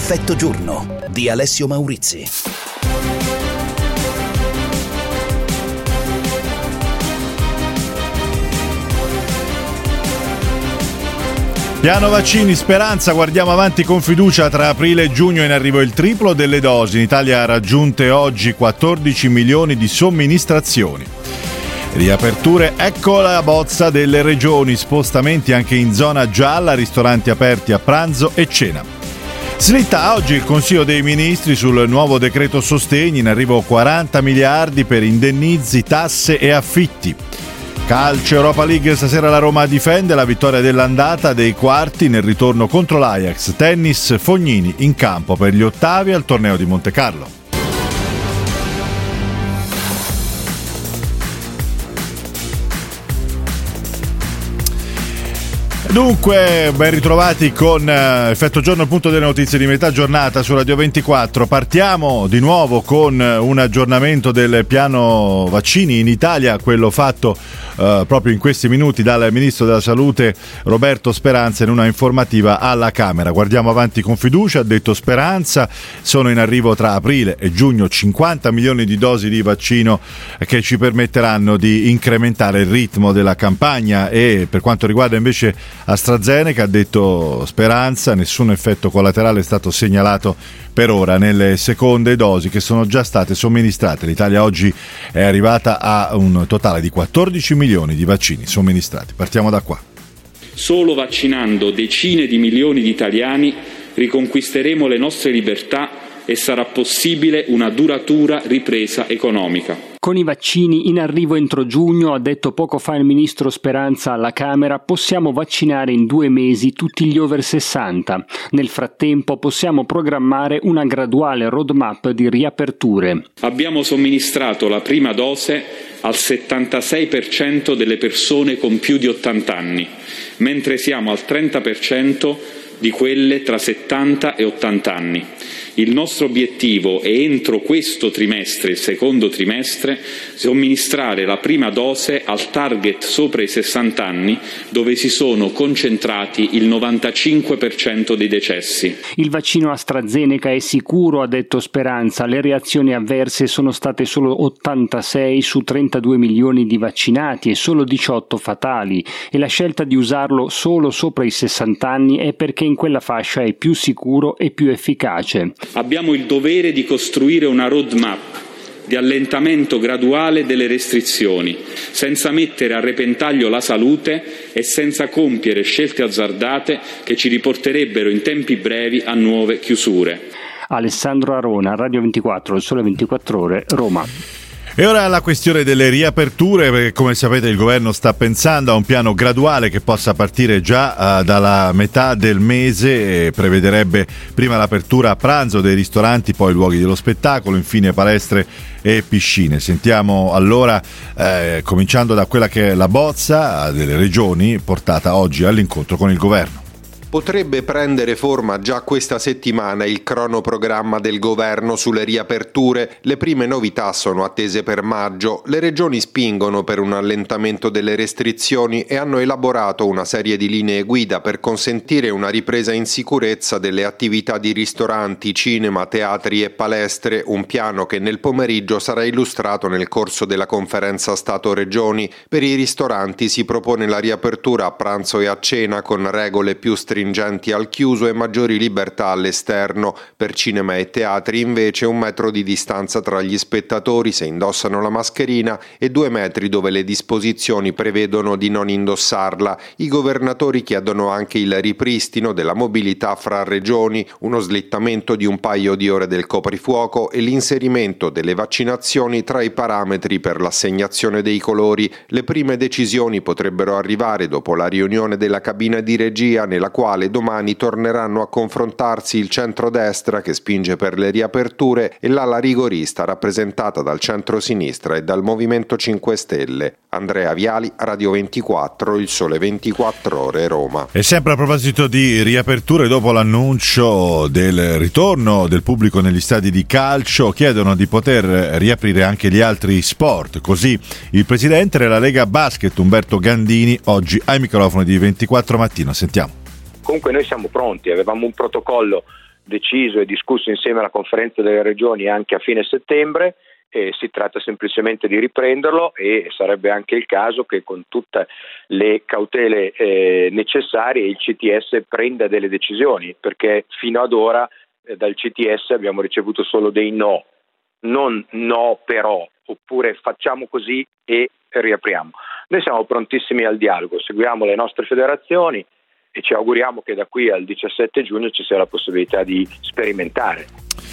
Effetto giorno di Alessio Maurizi. Piano vaccini, speranza, guardiamo avanti con fiducia. Tra aprile e giugno in arrivo il triplo delle dosi. In Italia ha raggiunte oggi 14 milioni di somministrazioni. Riaperture, ecco la bozza delle regioni, spostamenti anche in zona gialla, ristoranti aperti a pranzo e cena. Slitta oggi il Consiglio dei Ministri sul nuovo decreto sostegni, in arrivo 40 miliardi per indennizi, tasse e affitti. Calcio, Europa League, stasera la Roma difende la vittoria dell'andata dei quarti nel ritorno contro l'Ajax. Tennis, Fognini in campo per gli ottavi al torneo di Montecarlo. Dunque, ben ritrovati con Effetto Giorno, il punto delle notizie di metà giornata su Radio 24. Partiamo di nuovo con un aggiornamento del piano vaccini in Italia, quello fatto proprio in questi minuti dal Ministro della Salute Roberto Speranza in una informativa alla Camera. Guardiamo avanti con fiducia, ha detto Speranza, sono in arrivo tra aprile e giugno 50 milioni di dosi di vaccino che ci permetteranno di incrementare il ritmo della campagna. E per quanto riguarda invece AstraZeneca, ha detto Speranza, nessun effetto collaterale è stato segnalato per ora nelle seconde dosi che sono già state somministrate. L'Italia oggi è arrivata a un totale di 14 milioni di vaccini somministrati. Partiamo da qua. Solo vaccinando decine di milioni di italiani riconquisteremo le nostre libertà e sarà possibile una duratura ripresa economica. Con i vaccini in arrivo entro giugno, ha detto poco fa il ministro Speranza alla Camera, possiamo vaccinare in 2 mesi tutti gli over 60. Nel frattempo possiamo programmare una graduale roadmap di riaperture. Abbiamo somministrato la prima dose al 76% delle persone con più di 80 anni, mentre siamo al 30% di quelle tra 70 e 80 anni. Il nostro obiettivo è entro questo trimestre, il secondo trimestre, somministrare la prima dose al target sopra i 60 anni, dove si sono concentrati il 95% dei decessi. Il vaccino AstraZeneca è sicuro, ha detto Speranza. Le reazioni avverse sono state solo 86 su 32 milioni di vaccinati e solo 18 fatali. E la scelta di usarlo solo sopra i 60 anni è perché in quella fascia è più sicuro e più efficace. Abbiamo il dovere di costruire una roadmap di allentamento graduale delle restrizioni, senza mettere a repentaglio la salute e senza compiere scelte azzardate che ci riporterebbero in tempi brevi a nuove chiusure. Alessandro Arona, Radio 24, Il Sole 24 Ore, Roma. E ora la questione delle riaperture, perché come sapete il governo sta pensando a un piano graduale che possa partire già dalla metà del mese e prevederebbe prima l'apertura a pranzo dei ristoranti, poi luoghi dello spettacolo, infine palestre e piscine. Sentiamo allora, cominciando da quella che è la bozza delle regioni portata oggi all'incontro con il governo. Potrebbe prendere forma già questa settimana il cronoprogramma del governo sulle riaperture. Le prime novità sono attese per maggio. Le regioni spingono per un allentamento delle restrizioni e hanno elaborato una serie di linee guida per consentire una ripresa in sicurezza delle attività di ristoranti, cinema, teatri e palestre, un piano che nel pomeriggio sarà illustrato nel corso della conferenza Stato-Regioni. Per i ristoranti si propone la riapertura a pranzo e a cena con regole più stringenti al chiuso e maggiori libertà all'esterno. Per cinema e teatri invece 1 metro di distanza tra gli spettatori se indossano la mascherina e 2 metri dove le disposizioni prevedono di non indossarla. I governatori chiedono anche il ripristino della mobilità fra regioni, uno slittamento di un paio di ore del coprifuoco e l'inserimento delle vaccinazioni tra i parametri per l'assegnazione dei colori. Le prime decisioni potrebbero arrivare dopo la riunione della cabina di regia nella quale domani torneranno a confrontarsi il centrodestra che spinge per le riaperture e l'ala rigorista rappresentata dal centro-sinistra e dal Movimento 5 Stelle. Andrea Viali, Radio 24, Il Sole 24 Ore, Roma. E sempre a proposito di riaperture, dopo l'annuncio del ritorno del pubblico negli stadi di calcio, chiedono di poter riaprire anche gli altri sport. Così il presidente della Lega Basket, Umberto Gandini, oggi ai microfoni di 24 Mattino. Sentiamo. Comunque noi siamo pronti, avevamo un protocollo deciso e discusso insieme alla conferenza delle regioni anche a fine settembre. Si tratta semplicemente di riprenderlo e sarebbe anche il caso che con tutte le cautele necessarie il CTS prenda delle decisioni, perché fino ad ora dal CTS abbiamo ricevuto solo dei no, non no però, oppure facciamo così e riapriamo. Noi siamo prontissimi al dialogo, seguiamo le nostre federazioni e ci auguriamo che da qui al 17 giugno ci sia la possibilità di sperimentare.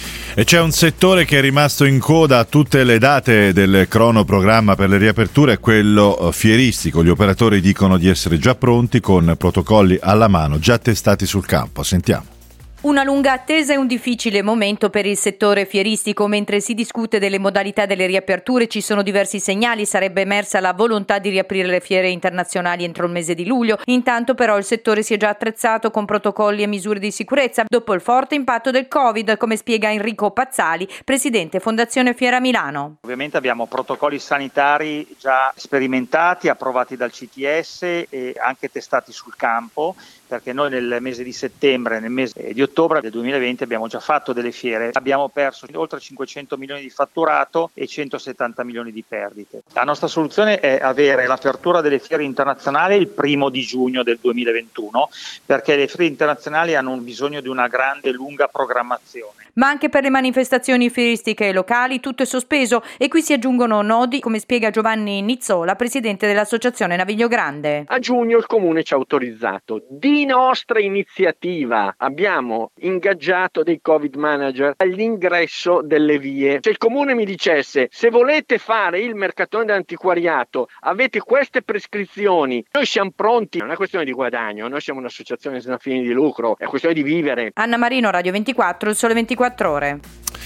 E c'è un settore che è rimasto in coda a tutte le date del cronoprogramma per le riaperture, è quello fieristico. Gli operatori dicono di essere già pronti con protocolli alla mano, già testati sul campo. Sentiamo. Una lunga attesa e un difficile momento per il settore fieristico. Mentre si discute delle modalità delle riaperture, ci sono diversi segnali. Sarebbe emersa la volontà di riaprire le fiere internazionali entro il mese di luglio. Intanto però il settore si è già attrezzato con protocolli e misure di sicurezza dopo il forte impatto del Covid, come spiega Enrico Pazzali, presidente Fondazione Fiera Milano. Ovviamente abbiamo protocolli sanitari già sperimentati, approvati dal CTS e anche testati sul campo, perché noi nel mese di settembre, nel mese di ottobre del 2020 abbiamo già fatto delle fiere, abbiamo perso oltre 500 milioni di fatturato e 170 milioni di perdite. La nostra soluzione è avere l'apertura delle fiere internazionali il 1° di giugno del 2021, perché le fiere internazionali hanno bisogno di una grande e lunga programmazione. Ma anche per le manifestazioni fieristiche locali tutto è sospeso e qui si aggiungono nodi, come spiega Giovanni Nizzola, presidente dell'Associazione Naviglio Grande. A giugno il Comune ci ha autorizzato. Di nostra iniziativa abbiamo ingaggiato dei Covid manager all'ingresso delle vie. Se il Comune mi dicesse: se volete fare il mercatone dell'antiquariato, avete queste prescrizioni, noi siamo pronti. Non è questione di guadagno, noi siamo un'associazione senza fini di lucro, è questione di vivere. Anna Marino, Radio 24, il Sole 24 Ore.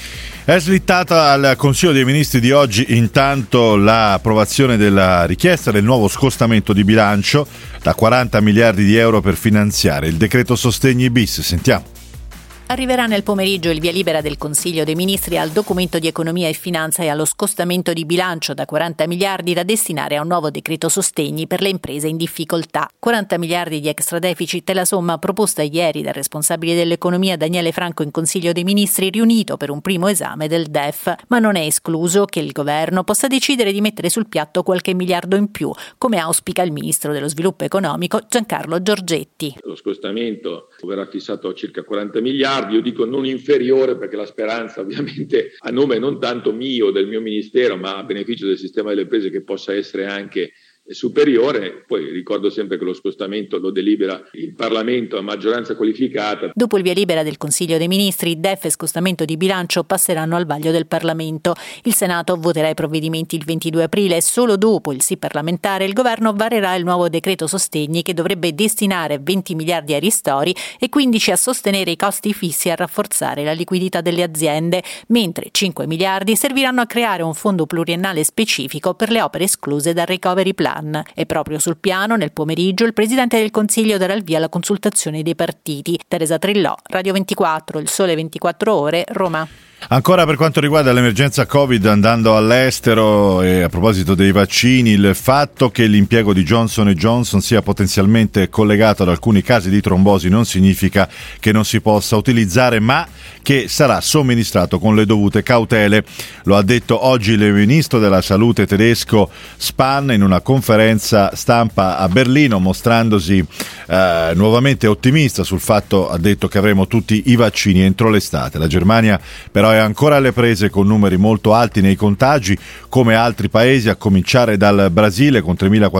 È slittata al Consiglio dei Ministri di oggi intanto l'approvazione della richiesta del nuovo scostamento di bilancio da 40 miliardi di euro per finanziare il decreto sostegni bis. Sentiamo. Arriverà nel pomeriggio il via libera del Consiglio dei Ministri al documento di economia e finanza e allo scostamento di bilancio da 40 miliardi da destinare a un nuovo decreto sostegni per le imprese in difficoltà. 40 miliardi di extra deficit è la somma proposta ieri dal responsabile dell'economia Daniele Franco in Consiglio dei Ministri riunito per un primo esame del DEF, ma non è escluso che il governo possa decidere di mettere sul piatto qualche miliardo in più, come auspica il ministro dello sviluppo economico Giancarlo Giorgetti. Lo scostamento verrà fissato a circa 40 miliardi. Io dico non inferiore, perché la speranza ovviamente a nome non tanto mio, del mio ministero, ma a beneficio del sistema delle imprese, che possa essere anche superiore. Poi ricordo sempre che lo scostamento lo delibera il Parlamento a maggioranza qualificata. Dopo il via libera del Consiglio dei Ministri, DEF e scostamento di bilancio passeranno al vaglio del Parlamento. Il Senato voterà i provvedimenti il 22 aprile e solo dopo il sì parlamentare il governo varerà il nuovo decreto sostegni, che dovrebbe destinare 20 miliardi ai ristori e 15 a sostenere i costi fissi e a rafforzare la liquidità delle aziende, mentre 5 miliardi serviranno a creare un fondo pluriennale specifico per le opere escluse dal Recovery Plan. E proprio sul piano, nel pomeriggio, il Presidente del Consiglio darà il via alla consultazione dei partiti. Teresa Trillò, Radio 24, il Sole 24 Ore, Roma. Ancora per quanto riguarda l'emergenza Covid, andando all'estero, e a proposito dei vaccini, il fatto che l'impiego di Johnson & Johnson sia potenzialmente collegato ad alcuni casi di trombosi non significa che non si possa utilizzare, ma che sarà somministrato con le dovute cautele. Lo ha detto oggi il ministro della salute tedesco Spahn in una conferenza stampa a Berlino, mostrandosi nuovamente ottimista sul fatto, ha detto, che avremo tutti i vaccini entro l'estate. La Germania però è ancora alle prese con numeri molto alti nei contagi, come altri paesi, a cominciare dal Brasile, con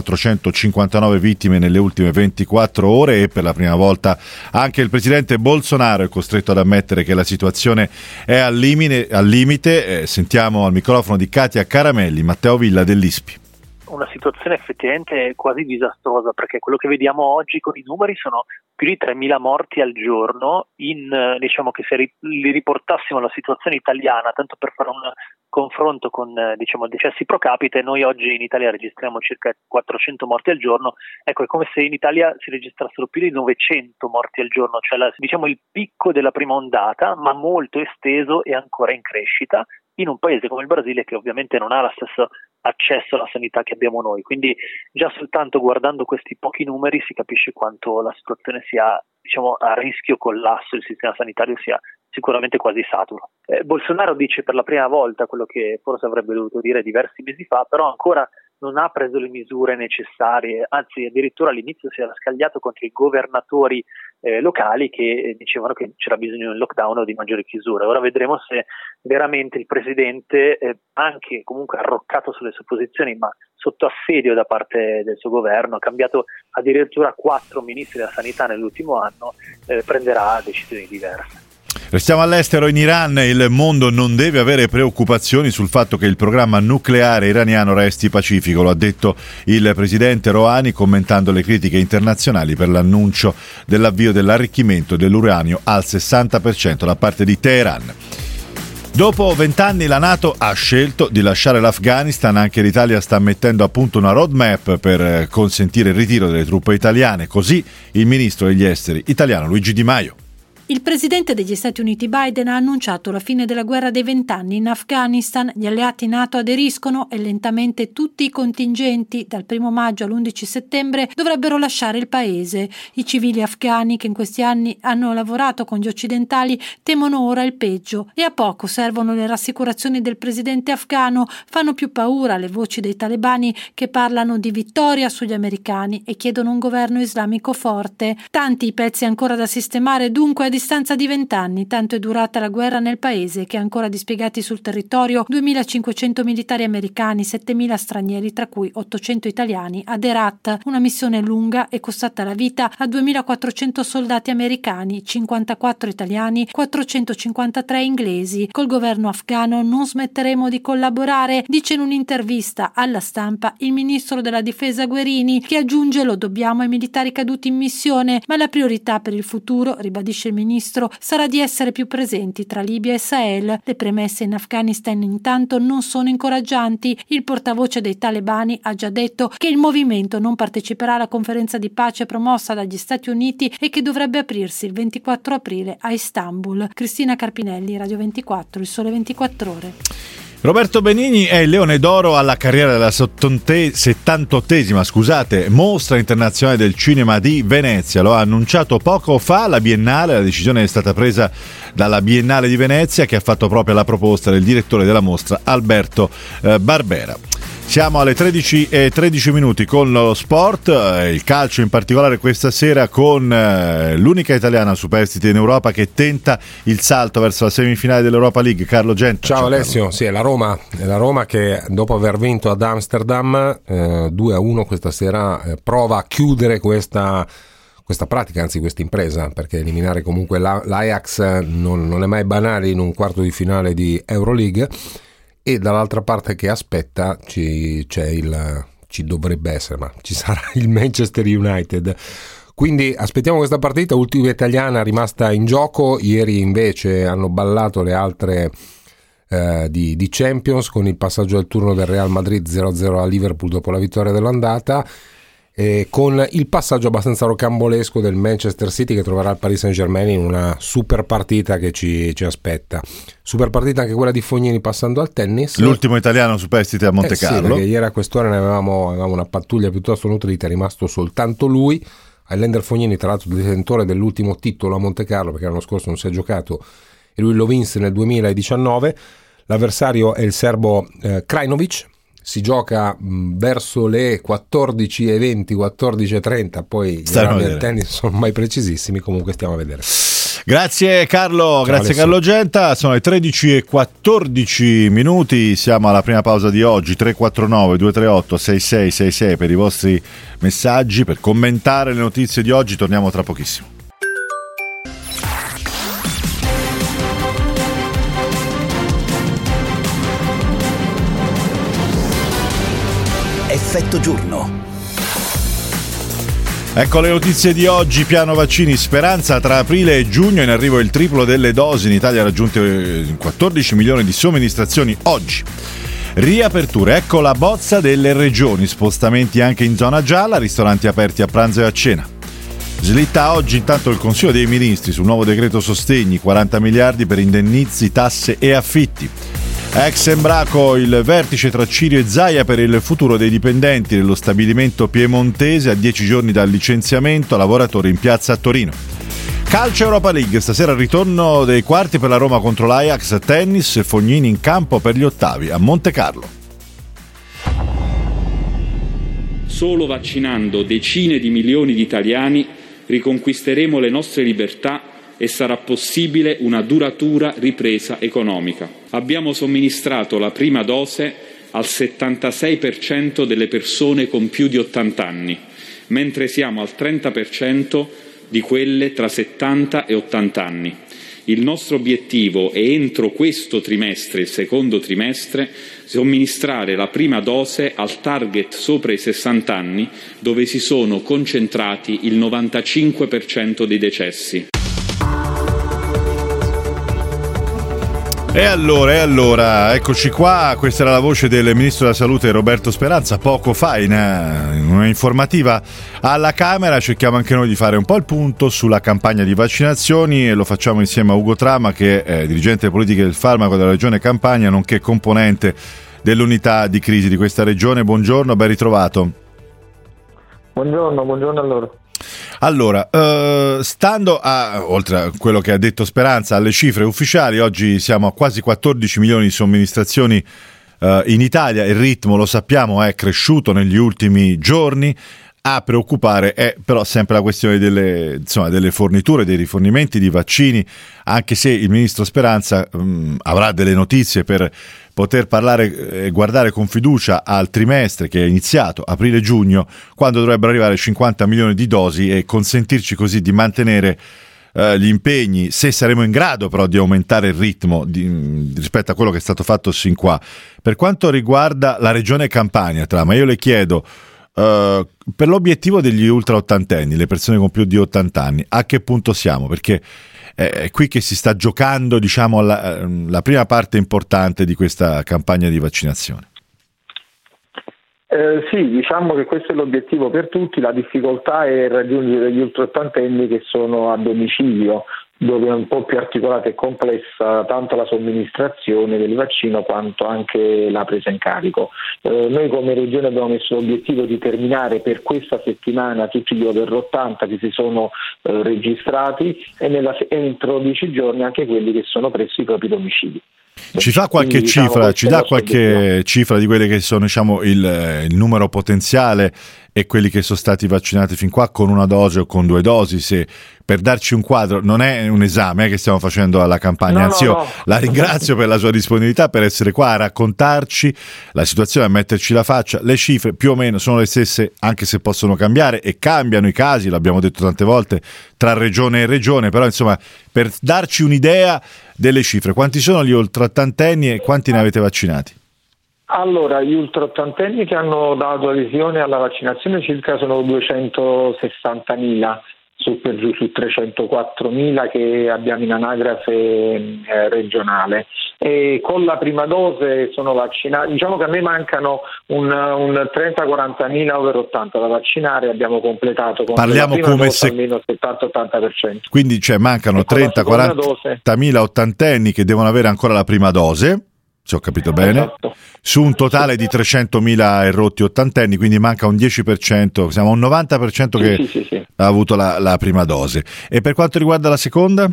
3.459 vittime nelle ultime 24 ore, e per la prima volta anche il presidente Bolsonaro è costretto ad ammettere che la situazione è al limite. Sentiamo al microfono di Katia Caramelli, Matteo Villa dell'ISPI. Una situazione effettivamente quasi disastrosa, perché quello che vediamo oggi con i numeri sono più di 3.000 morti al giorno. Diciamo che se li riportassimo alla situazione italiana, tanto per fare un confronto con decessi pro capite, noi oggi in Italia registriamo circa 400 morti al giorno. Ecco, è come se in Italia si registrassero più di 900 morti al giorno, cioè il picco della prima ondata, ma molto esteso e ancora in crescita, in un paese come il Brasile, che ovviamente non ha lo stesso accesso alla sanità che abbiamo noi. Quindi già soltanto guardando questi pochi numeri si capisce quanto la situazione sia a rischio collasso il sistema sanitario sia sicuramente quasi saturo. Bolsonaro dice per la prima volta quello che forse avrebbe dovuto dire diversi mesi fa, però ancora non ha preso le misure necessarie, anzi addirittura all'inizio si era scagliato contro i governatori locali che dicevano che c'era bisogno di un lockdown o di maggiori chiusure. Ora vedremo se veramente il Presidente, anche comunque arroccato sulle sue posizioni, ma sotto assedio da parte del suo governo, ha cambiato addirittura 4 ministri della sanità nell'ultimo anno, prenderà decisioni diverse. Restiamo all'estero. In Iran il mondo non deve avere preoccupazioni sul fatto che il programma nucleare iraniano resti pacifico, lo ha detto il presidente Rouhani commentando le critiche internazionali per l'annuncio dell'avvio dell'arricchimento dell'uranio al 60% da parte di Teheran. Dopo 20 anni la NATO ha scelto di lasciare l'Afghanistan, anche l'Italia sta mettendo a punto una roadmap per consentire il ritiro delle truppe italiane, così il ministro degli esteri italiano Luigi Di Maio. Il presidente degli Stati Uniti Biden ha annunciato la fine della guerra dei 20 anni in Afghanistan. Gli alleati NATO aderiscono e lentamente tutti i contingenti dal 1 maggio all'11 settembre dovrebbero lasciare il paese. I civili afghani che in questi anni hanno lavorato con gli occidentali temono ora il peggio e a poco servono le rassicurazioni del presidente afghano. Fanno più paura le voci dei talebani che parlano di vittoria sugli americani e chiedono un governo islamico forte. Tanti i pezzi ancora da sistemare, dunque a distanza di 20 anni, tanto è durata la guerra nel paese che ha ancora dispiegati sul territorio 2.500 militari americani, 7.000 stranieri, tra cui 800 italiani ad Herat, una missione lunga e costata la vita a 2.400 soldati americani, 54 italiani, 453 inglesi. Col governo afghano non smetteremo di collaborare, dice in un'intervista alla Stampa il ministro della difesa Guerini, che aggiunge: lo dobbiamo ai militari caduti in missione, ma la priorità per il futuro, ribadisce il ministro, sarà di essere più presenti tra Libia e Sahel. Le premesse in Afghanistan intanto non sono incoraggianti. Il portavoce dei talebani ha già detto che il movimento non parteciperà alla conferenza di pace promossa dagli Stati Uniti e che dovrebbe aprirsi il 24 aprile a Istanbul. Cristina Carpinelli, Radio 24, Il Sole 24 Ore. Roberto Benigni è il Leone d'Oro alla carriera della 78esima Mostra Internazionale del Cinema di Venezia. Lo ha annunciato poco fa la Biennale. La decisione è stata presa dalla Biennale di Venezia, che ha fatto proprio la proposta del direttore della mostra Alberto Barbera. Siamo alle 13:13 con lo sport, il calcio in particolare questa sera con l'unica italiana superstite in Europa che tenta il salto verso la semifinale dell'Europa League. Carlo Genta. Ciao Alessio, sì, è la Roma che dopo aver vinto ad Amsterdam 2-1 questa sera prova a chiudere questa pratica, anzi questa impresa, perché eliminare comunque l'Ajax non è mai banale in un quarto di finale di Euroleague. E dall'altra parte che aspetta ci dovrebbe essere, ma ci sarà il Manchester United. Quindi aspettiamo questa partita, ultima italiana rimasta in gioco. Ieri invece hanno ballato le altre di Champions con il passaggio al turno del Real Madrid 0-0 a Liverpool dopo la vittoria dell'andata, e con il passaggio abbastanza rocambolesco del Manchester City che troverà il Paris Saint-Germain in una super partita che ci aspetta. Super partita anche quella di Fognini passando al tennis. L'ultimo italiano superstite a Monte Carlo. Sì, perché ieri a quest'ora ne avevamo una pattuglia piuttosto nutrita, è rimasto soltanto lui. Highlander Fognini, tra l'altro detentore dell'ultimo titolo a Monte Carlo, perché l'anno scorso non si è giocato e lui lo vinse nel 2019. L'avversario è il serbo Krajinovic. Si gioca verso le 14:20, 14:30, poi gli orari del tennis sono mai precisissimi, comunque stiamo a vedere. Grazie Carlo, grazie Carlo Genta. Sono le 13:14, siamo alla prima pausa di oggi. 349 238 6666 per i vostri messaggi, per commentare le notizie di oggi. Torniamo tra pochissimo. Effetto giorno. Ecco le notizie di oggi. Piano vaccini, speranza tra aprile e giugno, in arrivo il triplo delle dosi. In Italia ha raggiunto 14 milioni di somministrazioni oggi. Riaperture, ecco la bozza delle regioni, spostamenti anche in zona gialla, ristoranti aperti a pranzo e a cena. Slitta oggi intanto il Consiglio dei Ministri sul nuovo decreto sostegni, 40 miliardi per indennizi, tasse e affitti. Ex Embraco, il vertice tra Cirio e Zaia per il futuro dei dipendenti dello stabilimento piemontese a 10 giorni dal licenziamento, lavoratori in piazza a Torino. Calcio Europa League, stasera il ritorno dei quarti per la Roma contro l'Ajax, tennis e Fognini in campo per gli ottavi a Montecarlo. Solo vaccinando decine di milioni di italiani riconquisteremo le nostre libertà e sarà possibile una duratura ripresa economica. Abbiamo somministrato la prima dose al 76% delle persone con più di 80 anni, mentre siamo al 30% di quelle tra 70 e 80 anni. Il nostro obiettivo è entro questo trimestre, il secondo trimestre, somministrare la prima dose al target sopra i 60 anni, dove si sono concentrati il 95% dei decessi. E allora, eccoci qua, questa era la voce del Ministro della Salute Roberto Speranza poco fa in una informativa alla Camera. Cerchiamo anche noi di fare un po' il punto sulla campagna di vaccinazioni e lo facciamo insieme a Ugo Trama, che è dirigente politiche del farmaco della Regione Campania, nonché componente dell'unità di crisi di questa regione. Buongiorno, ben ritrovato. Buongiorno a loro. Allora, stando oltre a quello che ha detto Speranza, alle cifre ufficiali, oggi siamo a quasi 14 milioni di somministrazioni in Italia. Il ritmo, lo sappiamo, è cresciuto negli ultimi giorni. A preoccupare è però sempre la questione delle forniture, dei rifornimenti di vaccini, anche se il ministro Speranza avrà delle notizie per poter parlare e guardare con fiducia al trimestre che è iniziato, aprile-giugno, quando dovrebbero arrivare 50 milioni di dosi e consentirci così di mantenere gli impegni, se saremo in grado però di aumentare il ritmo rispetto a quello che è stato fatto sin qua. Per quanto riguarda la regione Campania, Trama, io le chiedo, per l'obiettivo degli ultra ottantenni, le persone con più di 80 anni, a che punto siamo? Perché è qui che si sta giocando, diciamo, la prima parte importante di questa campagna di vaccinazione. Sì, diciamo che questo è l'obiettivo per tutti. La difficoltà è raggiungere gli ultra ottantenni che sono a domicilio, dove è un po' più articolata e complessa tanto la somministrazione del vaccino quanto anche la presa in carico. Noi come Regione abbiamo messo l'obiettivo di terminare per questa settimana tutti gli over 80 che si sono registrati e entro 10 giorni anche quelli che sono presso i propri domicili. Ci fa qualche cifra, ci dà qualche cifra di quelle che sono, diciamo, il numero potenziale e quelli che sono stati vaccinati fin qua con una dose o con 2 dosi, se per darci un quadro, non è un esame che stiamo facendo alla campagna, anzi io la ringrazio per la sua disponibilità, per essere qua a raccontarci la situazione, a metterci la faccia. Le cifre più o meno sono le stesse, anche se possono cambiare e cambiano i casi, l'abbiamo detto tante volte, tra regione e regione, però insomma per darci un'idea delle cifre, quanti sono gli ultraottantenni e quanti ne avete vaccinati? Allora, gli ultraottantenni che hanno dato adesione alla vaccinazione circa sono 260.000 su per giù su 304.000 che abbiamo in anagrafe regionale, e con la prima dose sono vaccinati, diciamo che a me mancano un 30-40.000 over 80 da vaccinare, abbiamo completato con parliamo la prima come dose se almeno 70-80%. Quindi mancano 30-40.000 ottantenni che devono avere ancora la prima dose, se ho capito bene, esatto, su un totale di 300.000 erotti ottantenni, quindi manca un 10%, siamo a un 90% che sì. Ha avuto la prima dose. E per quanto riguarda la seconda?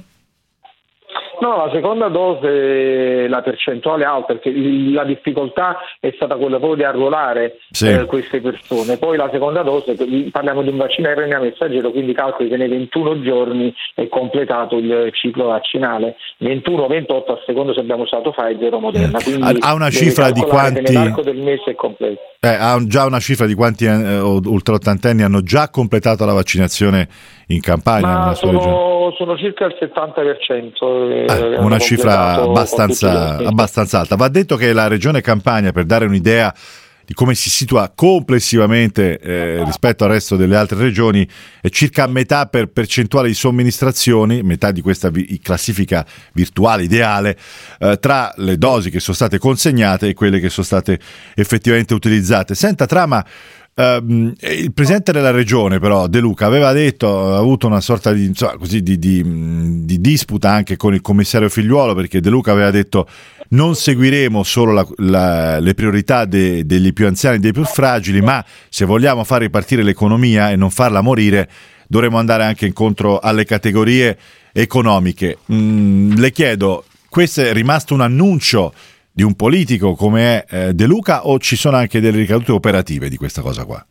No, la seconda dose la percentuale è alta, perché la difficoltà è stata quella proprio di arruolare queste persone. Poi la seconda dose, parliamo di un vaccino a RNA messaggero, quindi calcoli che nei 21 giorni è completato il ciclo vaccinale, 21-28 a seconda se abbiamo usato Pfizer o Moderna. Ha una cifra di quanti nell'arco del mese è completo. Ha già una cifra di quanti ultraottantenni hanno già completato la vaccinazione in Campania? Ma sono circa il 70%. Una cifra abbastanza alta. Va detto che la regione Campania, per dare un'idea di come si situa complessivamente rispetto al resto delle altre regioni, è circa a metà per percentuale di somministrazioni, metà di questa classifica virtuale ideale, tra le dosi che sono state consegnate e quelle che sono state effettivamente utilizzate. Senta Trama, Il presidente della regione, però, De Luca, aveva detto, ha avuto una sorta di, insomma, così, di disputa anche con il commissario Figliuolo, perché De Luca aveva detto non seguiremo solo le priorità degli più anziani e dei più fragili, ma se vogliamo far ripartire l'economia e non farla morire, dovremo andare anche incontro alle categorie economiche. Le chiedo, questo è rimasto un annuncio di un politico come è De Luca, o ci sono anche delle ricadute operative di questa cosa qua?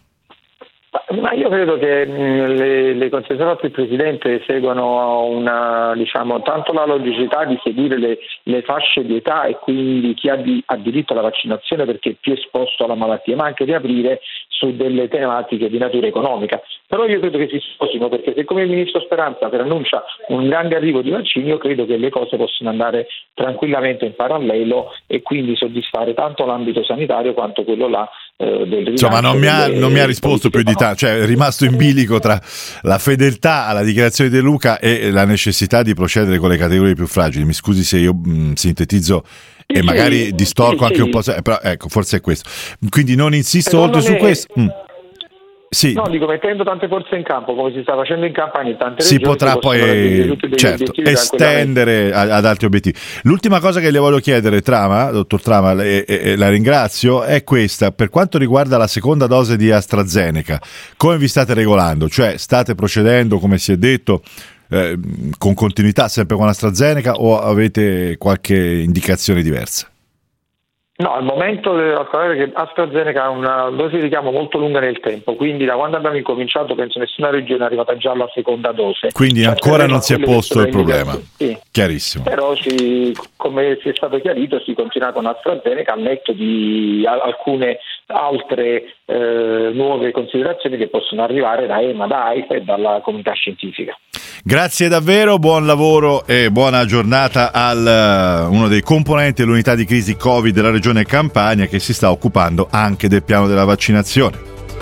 Ma io credo che le considerazioni del Presidente seguono tanto la logicità di seguire le fasce di età e quindi chi ha diritto alla vaccinazione perché è più esposto alla malattia, ma anche di aprire su delle tematiche di natura economica. Però io credo che si sposino, perché se come il Ministro Speranza preannuncia un grande arrivo di vaccini, io credo che le cose possono andare tranquillamente in parallelo e quindi soddisfare tanto l'ambito sanitario quanto quello là del rilancio. Insomma, non mi ha risposto più di tanto, cioè è rimasto in bilico tra la fedeltà alla dichiarazione di De Luca e la necessità di procedere con le categorie più fragili. Mi scusi se io sintetizzo e magari distorco anche un po', però ecco, forse è questo. Quindi non insisto oltre su questo. Sì. No, dico, mettendo tante forze in campo come si sta facendo in Campania in tante si regioni, potrà poi estendere ad altri obiettivi. L'ultima cosa che le voglio chiedere, dottor Trama, e la ringrazio, è questa: per quanto riguarda la seconda dose di AstraZeneca, come vi state regolando? Cioè state procedendo, come si è detto, con continuità sempre con AstraZeneca, o avete qualche indicazione diversa? No, al momento che AstraZeneca ha una dose di richiamo molto lunga nel tempo, quindi da quando abbiamo incominciato penso nessuna regione è arrivata già alla seconda dose. Quindi ancora non si è posto il problema. Sì. Chiarissimo. Però come si è stato chiarito, si continua con AstraZeneca al netto di alcune altre nuove considerazioni che possono arrivare da EMA, da AIFA e dalla comunità scientifica. Grazie davvero, buon lavoro e buona giornata al uno dei componenti dell'unità di crisi Covid della regione Campania, che si sta occupando anche del piano della vaccinazione.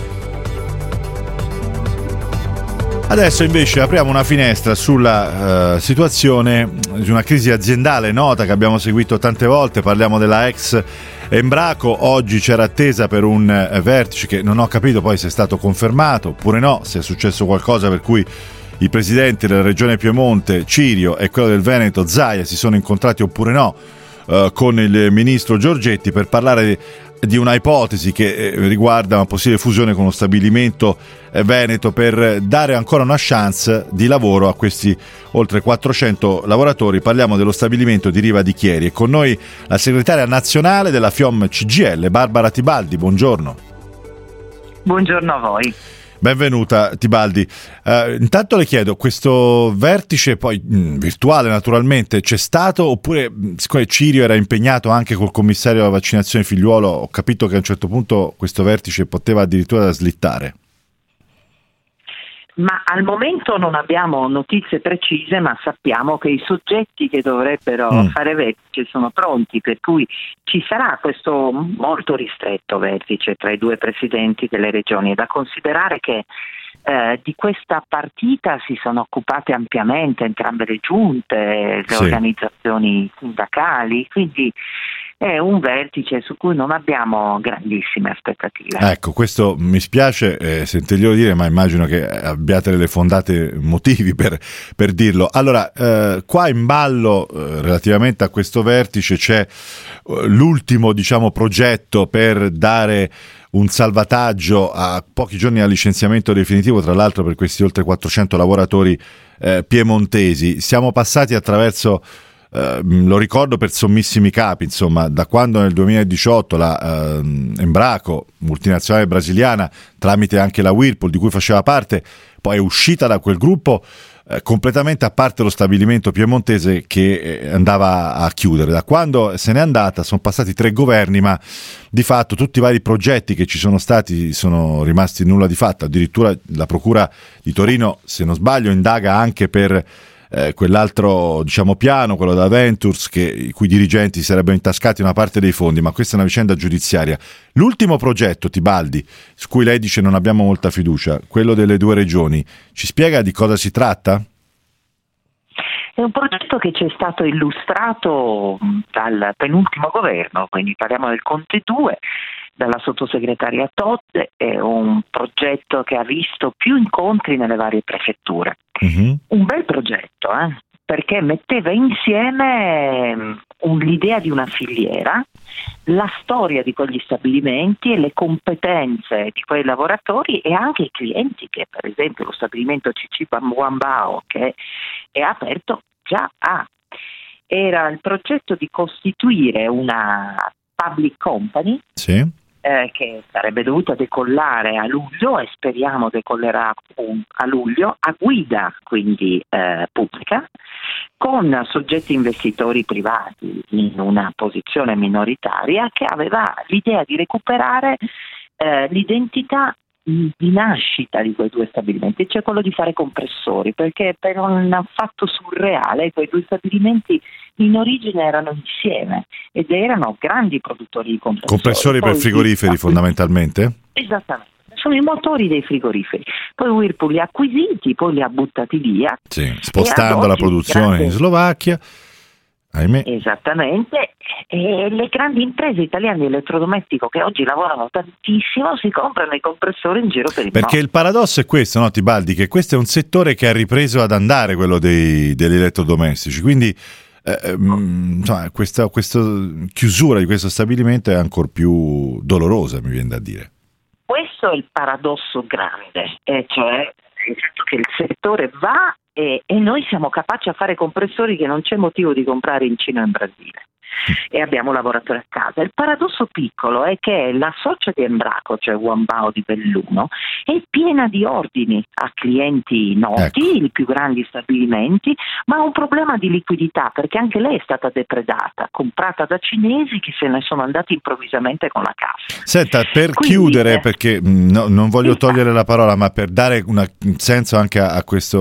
Adesso invece apriamo una finestra sulla situazione di una crisi aziendale nota che abbiamo seguito tante volte. Parliamo della ex Embraco. Oggi c'era attesa per un vertice che non ho capito poi se è stato confermato oppure no, se è successo qualcosa per cui i presidenti della regione Piemonte, Cirio, e quello del Veneto, Zaia, si sono incontrati oppure no con il ministro Giorgetti per parlare di una ipotesi che riguarda una possibile fusione con lo stabilimento veneto per dare ancora una chance di lavoro a questi oltre 400 lavoratori. Parliamo dello stabilimento di Riva di Chieri e con noi la segretaria nazionale della FIOM CGIL, Barbara Tibaldi. Buongiorno. Buongiorno a voi. Benvenuta Tibaldi. Intanto le chiedo, questo vertice poi virtuale naturalmente c'è stato, oppure siccome Cirio era impegnato anche col commissario della vaccinazione Figliuolo, ho capito che a un certo punto questo vertice poteva addirittura slittare? Ma al momento non abbiamo notizie precise, ma sappiamo che i soggetti che dovrebbero fare vertice sono pronti, per cui ci sarà questo molto ristretto vertice tra i due presidenti delle regioni. È da considerare che di questa partita si sono occupate ampiamente entrambe le giunte, le organizzazioni sindacali, quindi è un vertice su cui non abbiamo grandissime aspettative. Ecco, questo mi spiace sentirglielo dire, ma immagino che abbiate delle fondate motivi per dirlo. Allora, qua in ballo relativamente a questo vertice c'è l'ultimo, progetto per dare un salvataggio a pochi giorni dal licenziamento definitivo, tra l'altro per questi oltre 400 lavoratori piemontesi. Siamo passati attraverso lo ricordo per sommissimi capi, insomma, da quando nel 2018 la Embraco, multinazionale brasiliana, tramite anche la Whirlpool di cui faceva parte, poi è uscita da quel gruppo completamente, a parte lo stabilimento piemontese che andava a chiudere. Da quando se n'è andata sono passati 3 governi, ma di fatto tutti i vari progetti che ci sono stati sono rimasti nulla di fatto. Addirittura la Procura di Torino, se non sbaglio, indaga anche per quell'altro piano, quello da Ventures, i cui dirigenti sarebbero intascati una parte dei fondi, ma questa è una vicenda giudiziaria. L'ultimo progetto, Tibaldi, su cui lei dice non abbiamo molta fiducia, quello delle 2 regioni, ci spiega di cosa si tratta? È un progetto che ci è stato illustrato dal penultimo governo, quindi parliamo del Conte 2, dalla sottosegretaria Todd, è un progetto che ha visto più incontri nelle varie prefetture. Un bel progetto, perché metteva insieme l'idea di una filiera, la storia di quegli stabilimenti e le competenze di quei lavoratori e anche i clienti, che per esempio lo stabilimento CC Wanbao, che è aperto, già ha. Era il progetto di costituire una public company, sì, che sarebbe dovuta decollare a luglio e speriamo decollerà a luglio, a guida quindi pubblica, con soggetti investitori privati in una posizione minoritaria, che aveva l'idea di recuperare l'identità di nascita di quei due stabilimenti, cioè quello di fare compressori, perché per un fatto surreale quei due stabilimenti in origine erano insieme ed erano grandi produttori di compressori. Compressori per frigoriferi fondamentalmente? Esattamente, sono i motori dei frigoriferi. Poi Whirlpool li ha acquisiti, poi li ha buttati via. Sì, spostando la produzione in Slovacchia. Ahimè. Esattamente, e le grandi imprese italiane di elettrodomestico che oggi lavorano tantissimo si comprano i compressori in giro per il mondo. Perché il paradosso è questo, no, Tibaldi, che questo è un settore che ha ripreso ad andare, quello degli elettrodomestici, quindi insomma, questa chiusura di questo stabilimento è ancora più dolorosa, mi viene da dire. Questo è il paradosso grande, cioè il fatto che il settore va e noi siamo capaci a fare compressori che non c'è motivo di comprare in Cina o in Brasile. E abbiamo lavoratori a casa. Il paradosso piccolo è che la socia di Embraco, cioè Wanbao di Belluno, è piena di ordini a clienti noti, i più grandi stabilimenti, ma ha un problema di liquidità, perché anche lei è stata depredata, comprata da cinesi che se ne sono andati improvvisamente con la cassa. Senta, per chiudere, perché non voglio togliere la parola, ma per dare un senso anche a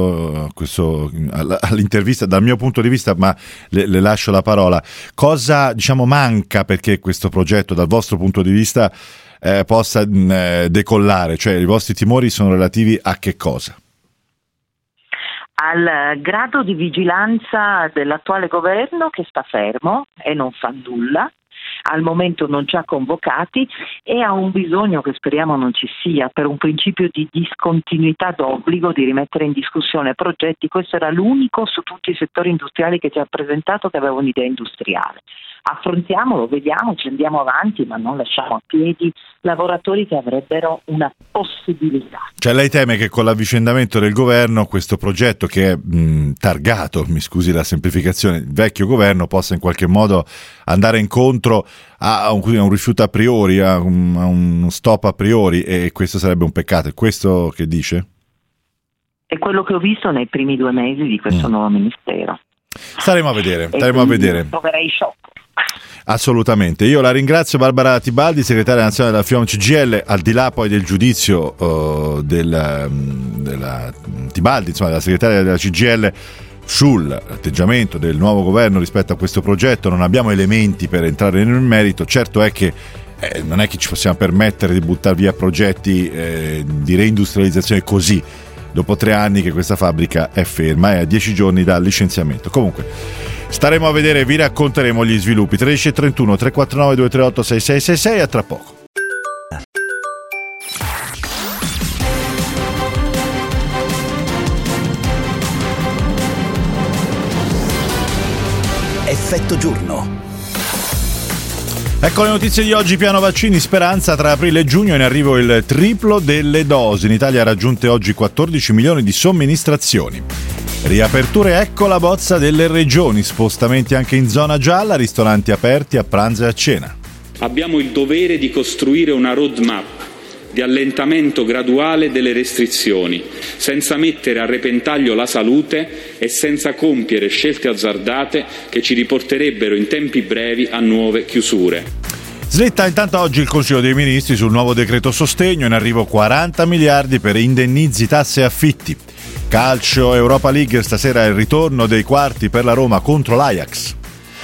all'intervista dal mio punto di vista, ma le lascio la parola. Cosa manca perché questo progetto dal vostro punto di vista possa decollare? Cioè i vostri timori sono relativi a che cosa? Al grado di vigilanza dell'attuale governo, che sta fermo e non fa nulla, al momento non ci ha convocati, e ha un bisogno che speriamo non ci sia, per un principio di discontinuità d'obbligo, di rimettere in discussione progetti. Questo era l'unico su tutti i settori industriali che ci ha presentato che aveva un'idea industriale. Affrontiamolo, vediamo, ci andiamo avanti, ma non lasciamo a piedi lavoratori che avrebbero una possibilità. Cioè lei teme che con l'avvicendamento del governo questo progetto, che è targato, mi scusi la semplificazione, il vecchio governo, possa in qualche modo andare incontro a un rifiuto a priori, a un stop a priori, e questo sarebbe un peccato? È questo che dice? È quello che ho visto nei primi 2 mesi di questo nuovo ministero. Staremo a vedere. Troverei shock. Assolutamente. Io la ringrazio, Barbara Tibaldi, segretaria nazionale della FIOM CGIL, al di là poi del giudizio della Tibaldi, insomma della segretaria della CGIL, sull'atteggiamento del nuovo governo rispetto a questo progetto. Non abbiamo elementi per entrare nel merito. Certo è che non è che ci possiamo permettere di buttare via progetti di reindustrializzazione così, dopo 3 anni che questa fabbrica è ferma e a 10 giorni dal licenziamento. Comunque staremo a vedere, vi racconteremo gli sviluppi. 13:31 349 238 6666, a tra poco. Effetto giorno. Ecco le notizie di oggi. Piano vaccini, speranza tra aprile e giugno, in arrivo il triplo delle dosi. In Italia ha raggiunte oggi 14 milioni di somministrazioni. Riaperture, ecco la bozza delle regioni, spostamenti anche in zona gialla, ristoranti aperti a pranzo e a cena. Abbiamo il dovere di costruire una roadmap di allentamento graduale delle restrizioni, senza mettere a repentaglio la salute e senza compiere scelte azzardate che ci riporterebbero in tempi brevi a nuove chiusure. Slitta intanto oggi il Consiglio dei Ministri sul nuovo decreto sostegno, in arrivo 40 miliardi per indennizi, tasse e affitti. Calcio, Europa League, stasera il ritorno dei quarti per la Roma contro l'Ajax.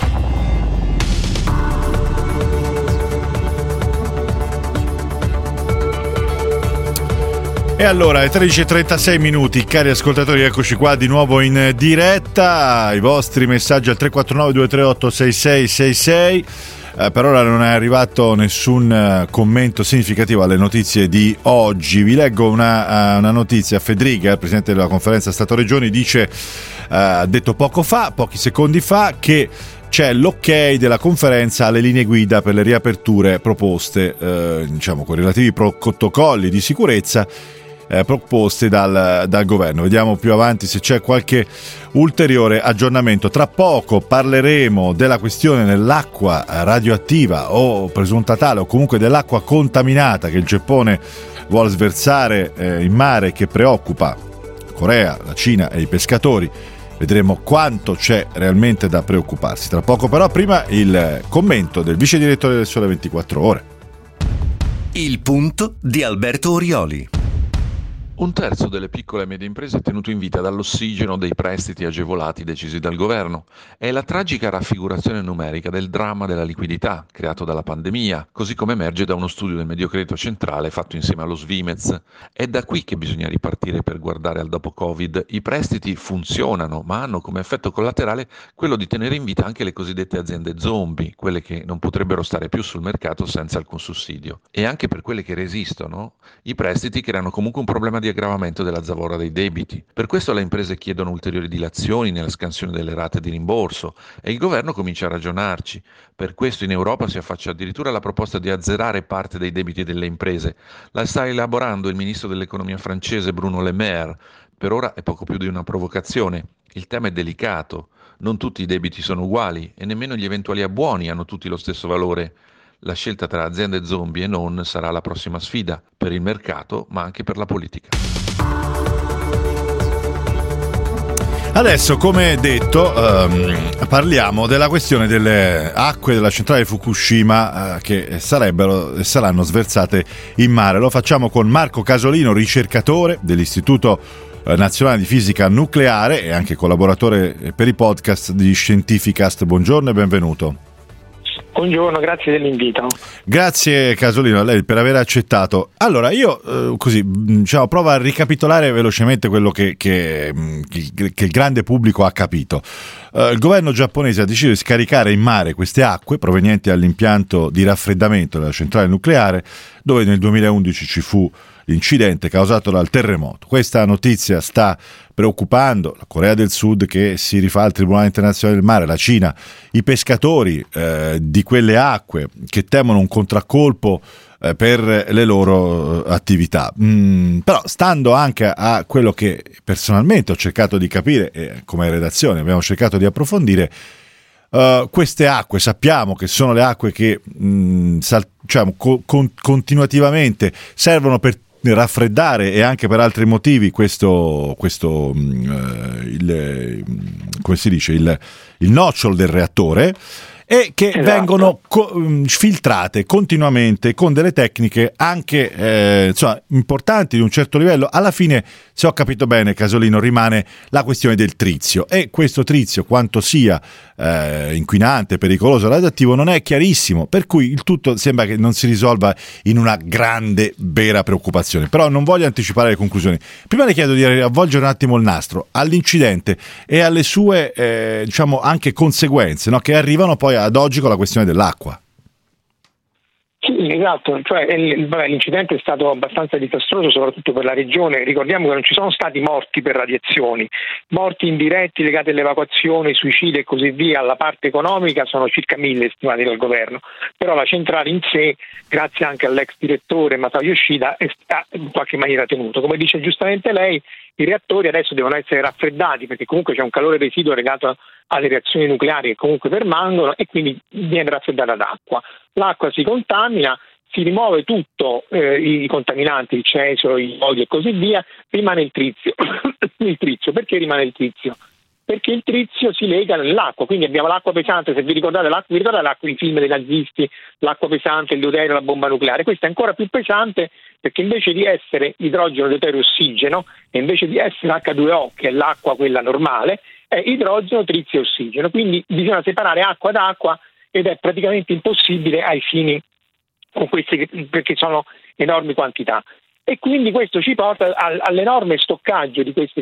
E allora, è 13:36 minuti, cari ascoltatori, eccoci qua di nuovo in diretta. I vostri messaggi al 349 238 6666. per ora non è arrivato nessun commento significativo alle notizie di oggi. Vi leggo una notizia. Fedriga, il presidente della conferenza Stato-Regioni, ha detto pochi secondi fa, che c'è l'ok della conferenza alle linee guida per le riaperture proposte, con i relativi protocolli di sicurezza proposte dal governo. Vediamo più avanti se c'è qualche ulteriore aggiornamento. Tra poco parleremo della questione dell'acqua radioattiva o presunta tale, o comunque dell'acqua contaminata che il Giappone vuole sversare in mare, che preoccupa Corea, la Cina e i pescatori. Vedremo quanto c'è realmente da preoccuparsi. Tra poco, però, prima il commento del vice direttore del Sole 24 Ore. Il punto di Alberto Orioli. Un terzo delle piccole e medie imprese è tenuto in vita dall'ossigeno dei prestiti agevolati decisi dal governo. È la tragica raffigurazione numerica del dramma della liquidità creato dalla pandemia, così come emerge da uno studio del Mediocreto Centrale fatto insieme allo Svimez. È da qui che bisogna ripartire per guardare al dopo Covid. I prestiti funzionano, ma hanno come effetto collaterale quello di tenere in vita anche le cosiddette aziende zombie, quelle che non potrebbero stare più sul mercato senza alcun sussidio. E anche per quelle che resistono, i prestiti creano comunque un problema di aggravamento della zavorra dei debiti. Per questo le imprese chiedono ulteriori dilazioni nella scansione delle rate di rimborso e il governo comincia a ragionarci. Per questo in Europa si affaccia addirittura la proposta di azzerare parte dei debiti delle imprese. La sta elaborando il ministro dell'economia francese Bruno Le Maire. Per ora è poco più di una provocazione. Il tema è delicato. Non tutti i debiti sono uguali e nemmeno gli eventuali abbuoni hanno tutti lo stesso valore. La scelta tra aziende zombie e non sarà la prossima sfida per il mercato, ma anche per la politica. Adesso, come detto, parliamo della questione delle acque della centrale Fukushima che sarebbero e saranno sversate in mare. Lo facciamo con Marco Casolino, ricercatore dell'Istituto Nazionale di Fisica Nucleare e anche collaboratore per i podcast di Scientificast. Buongiorno e benvenuto. Buongiorno, grazie dell'invito. Grazie Casolino a lei per aver accettato. Allora io provo a ricapitolare velocemente quello che il grande pubblico ha capito. Il governo giapponese ha deciso di scaricare in mare queste acque provenienti dall'impianto di raffreddamento della centrale nucleare, dove nel 2011 ci fu l'incidente causato dal terremoto. Questa notizia sta preoccupando la Corea del Sud, che si rifà al Tribunale Internazionale del Mare, la Cina, i pescatori di quelle acque che temono un contraccolpo per le loro attività. Però stando anche a quello che personalmente ho cercato di capire e come redazione abbiamo cercato di approfondire, queste acque sappiamo che sono le acque che continuativamente servono per raffreddare e anche per altri motivi il nocciolo del reattore, e che vengono filtrate continuamente con delle tecniche anche importanti di un certo livello. Alla fine, se ho capito bene Casolino, rimane la questione del trizio, e questo trizio quanto sia inquinante, pericoloso, radioattivo non è chiarissimo, per cui il tutto sembra che non si risolva in una grande vera preoccupazione. Però non voglio anticipare le conclusioni. Prima le chiedo di avvolgere un attimo il nastro all'incidente e alle sue anche conseguenze, no? Che arrivano poi ad oggi con la questione dell'acqua. Sì, esatto, l'incidente è stato abbastanza disastroso soprattutto per la regione. Ricordiamo che non ci sono stati morti per radiazioni, morti indiretti legati all'evacuazione, suicidi e così via. Alla parte economica sono circa 1000 stimati dal governo, però la centrale in sé, grazie anche all'ex direttore Masao Yoshida, è in qualche maniera tenuto. Come dice giustamente lei, i reattori adesso devono essere raffreddati, perché comunque c'è un calore residuo legato alle reazioni nucleari che comunque permangono, e quindi viene raffreddata d'acqua. L'acqua si contamina, si rimuove tutto, i contaminanti, il cesio, gli oli e così via, rimane il trizio. Il trizio, perché rimane il trizio? Perché il trizio si lega nell'acqua, quindi abbiamo l'acqua pesante. Se vi ricordate l'acqua, i film dei nazisti, l'acqua pesante, il deuterio, la bomba nucleare. Questa è ancora più pesante, perché invece di essere idrogeno, deuterio, ossigeno, e invece di essere H2O, che è l'acqua quella normale, è idrogeno, trizio e ossigeno. Quindi bisogna separare acqua da acqua, ed è praticamente impossibile ai fini con questi, perché sono enormi quantità. E quindi questo ci porta all'enorme stoccaggio di queste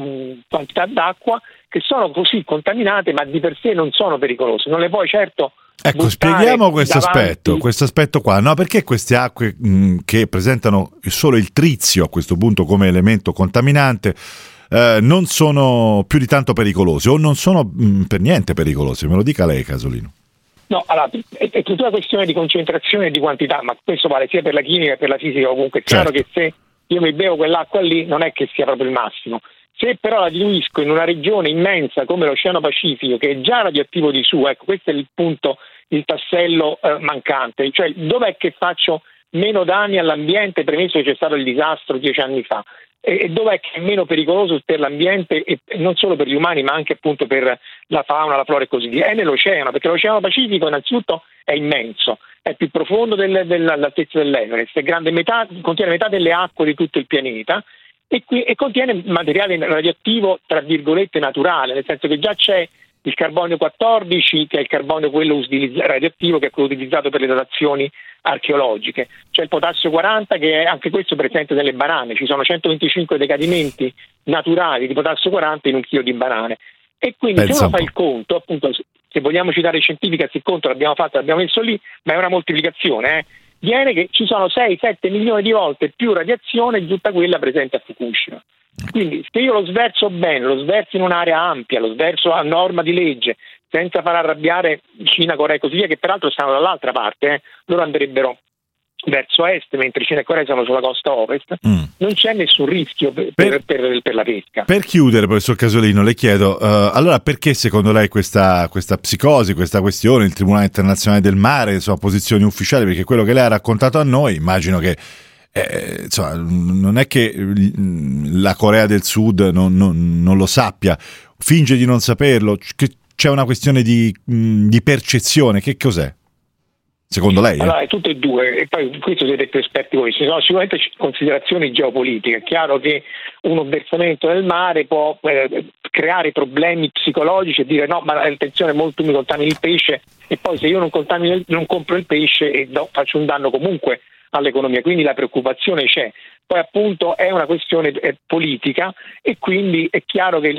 quantità d'acqua, che sono così contaminate, ma di per sé non sono pericolose. Non le puoi certo Ecco, spieghiamo questo aspetto qua, no? Perché queste acque che presentano solo il trizio a questo punto come elemento contaminante non sono più di tanto pericolose o non sono per niente pericolose? Me lo dica lei, Casolino. No, allora, è tutta una questione di concentrazione e di quantità, ma questo vale sia per la chimica che per la fisica. Comunque è chiaro che se io mi bevo quell'acqua lì non è che sia proprio il massimo. Se però la diluisco in una regione immensa come l'Oceano Pacifico, che è già radioattivo di suo, ecco, questo è il punto, il tassello mancante, cioè dov'è che faccio meno danni all'ambiente, premesso che c'è stato il disastro 10 anni fa, e dov'è che è meno pericoloso per l'ambiente e non solo per gli umani ma anche appunto per la fauna, la flora e così via. È nell'oceano, perché l'Oceano Pacifico innanzitutto è immenso, è più profondo dell'altezza dell'Everest, è grande, contiene metà delle acque di tutto il pianeta e contiene materiale radioattivo tra virgolette naturale, nel senso che già c'è il carbonio 14, che è il carbonio quello radioattivo, che è quello utilizzato per le datazioni archeologiche. C'è il potassio 40, che è anche questo presente nelle banane. Ci sono 125 decadimenti naturali di potassio 40 in un chilo di banane. E quindi se uno fa il conto, appunto, se vogliamo citare scientifica, il conto l'abbiamo fatto, l'abbiamo messo lì, ma è una moltiplicazione, viene che ci sono 6-7 milioni di volte più radiazione di tutta quella presente a Fukushima. Quindi se io lo sverso bene, lo sverso in un'area ampia, lo sverso a norma di legge, senza far arrabbiare Cina, Corea e così via, che peraltro stanno dall'altra parte, loro andrebbero verso est, mentre Cina e Corea sono sulla costa ovest, non c'è nessun rischio per la pesca. Per chiudere, professor Casolino, le chiedo, allora perché secondo lei questa psicosi, questa questione, il Tribunale Internazionale del Mare, insomma, posizioni ufficiali, perché quello che lei ha raccontato a noi, immagino che insomma, non è che la Corea del Sud non lo sappia, finge di non saperlo, che c'è una questione di percezione, che cos'è? Secondo lei? Allora, è tutte e due, e poi questo siete più esperti voi. Ci sono sicuramente considerazioni geopolitiche. È chiaro che un versamento nel mare può creare problemi psicologici e dire no, ma attenzione, molto mi contamini il pesce, e poi se io non compro il pesce e faccio un danno comunque all'economia, quindi la preoccupazione c'è. Poi appunto è una questione politica e quindi è chiaro che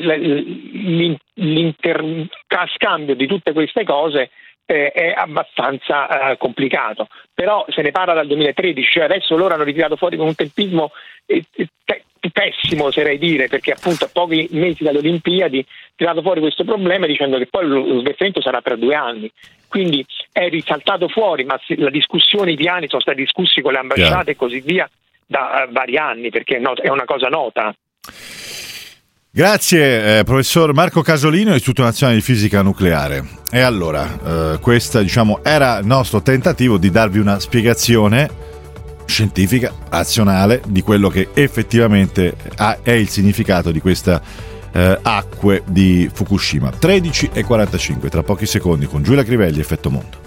l'interscambio di tutte queste cose è abbastanza complicato, però se ne parla dal 2013, cioè adesso loro hanno ritirato fuori con un tempismo pessimo, oserei dire, perché appunto a pochi mesi dalle Olimpiadi tirato fuori questo problema dicendo che poi lo sversamento sarà per 2 anni, quindi è risaltato fuori, ma la discussione, i piani sono stati discussi con le ambasciate e così via da vari anni, perché è una cosa nota. Grazie professor Marco Casolino, Istituto Nazionale di Fisica Nucleare. E allora, questo era il nostro tentativo di darvi una spiegazione scientifica, razionale, di quello che effettivamente è il significato di queste acque di Fukushima. 13:45, tra pochi secondi con Giulia Crivelli, Effetto Mondo.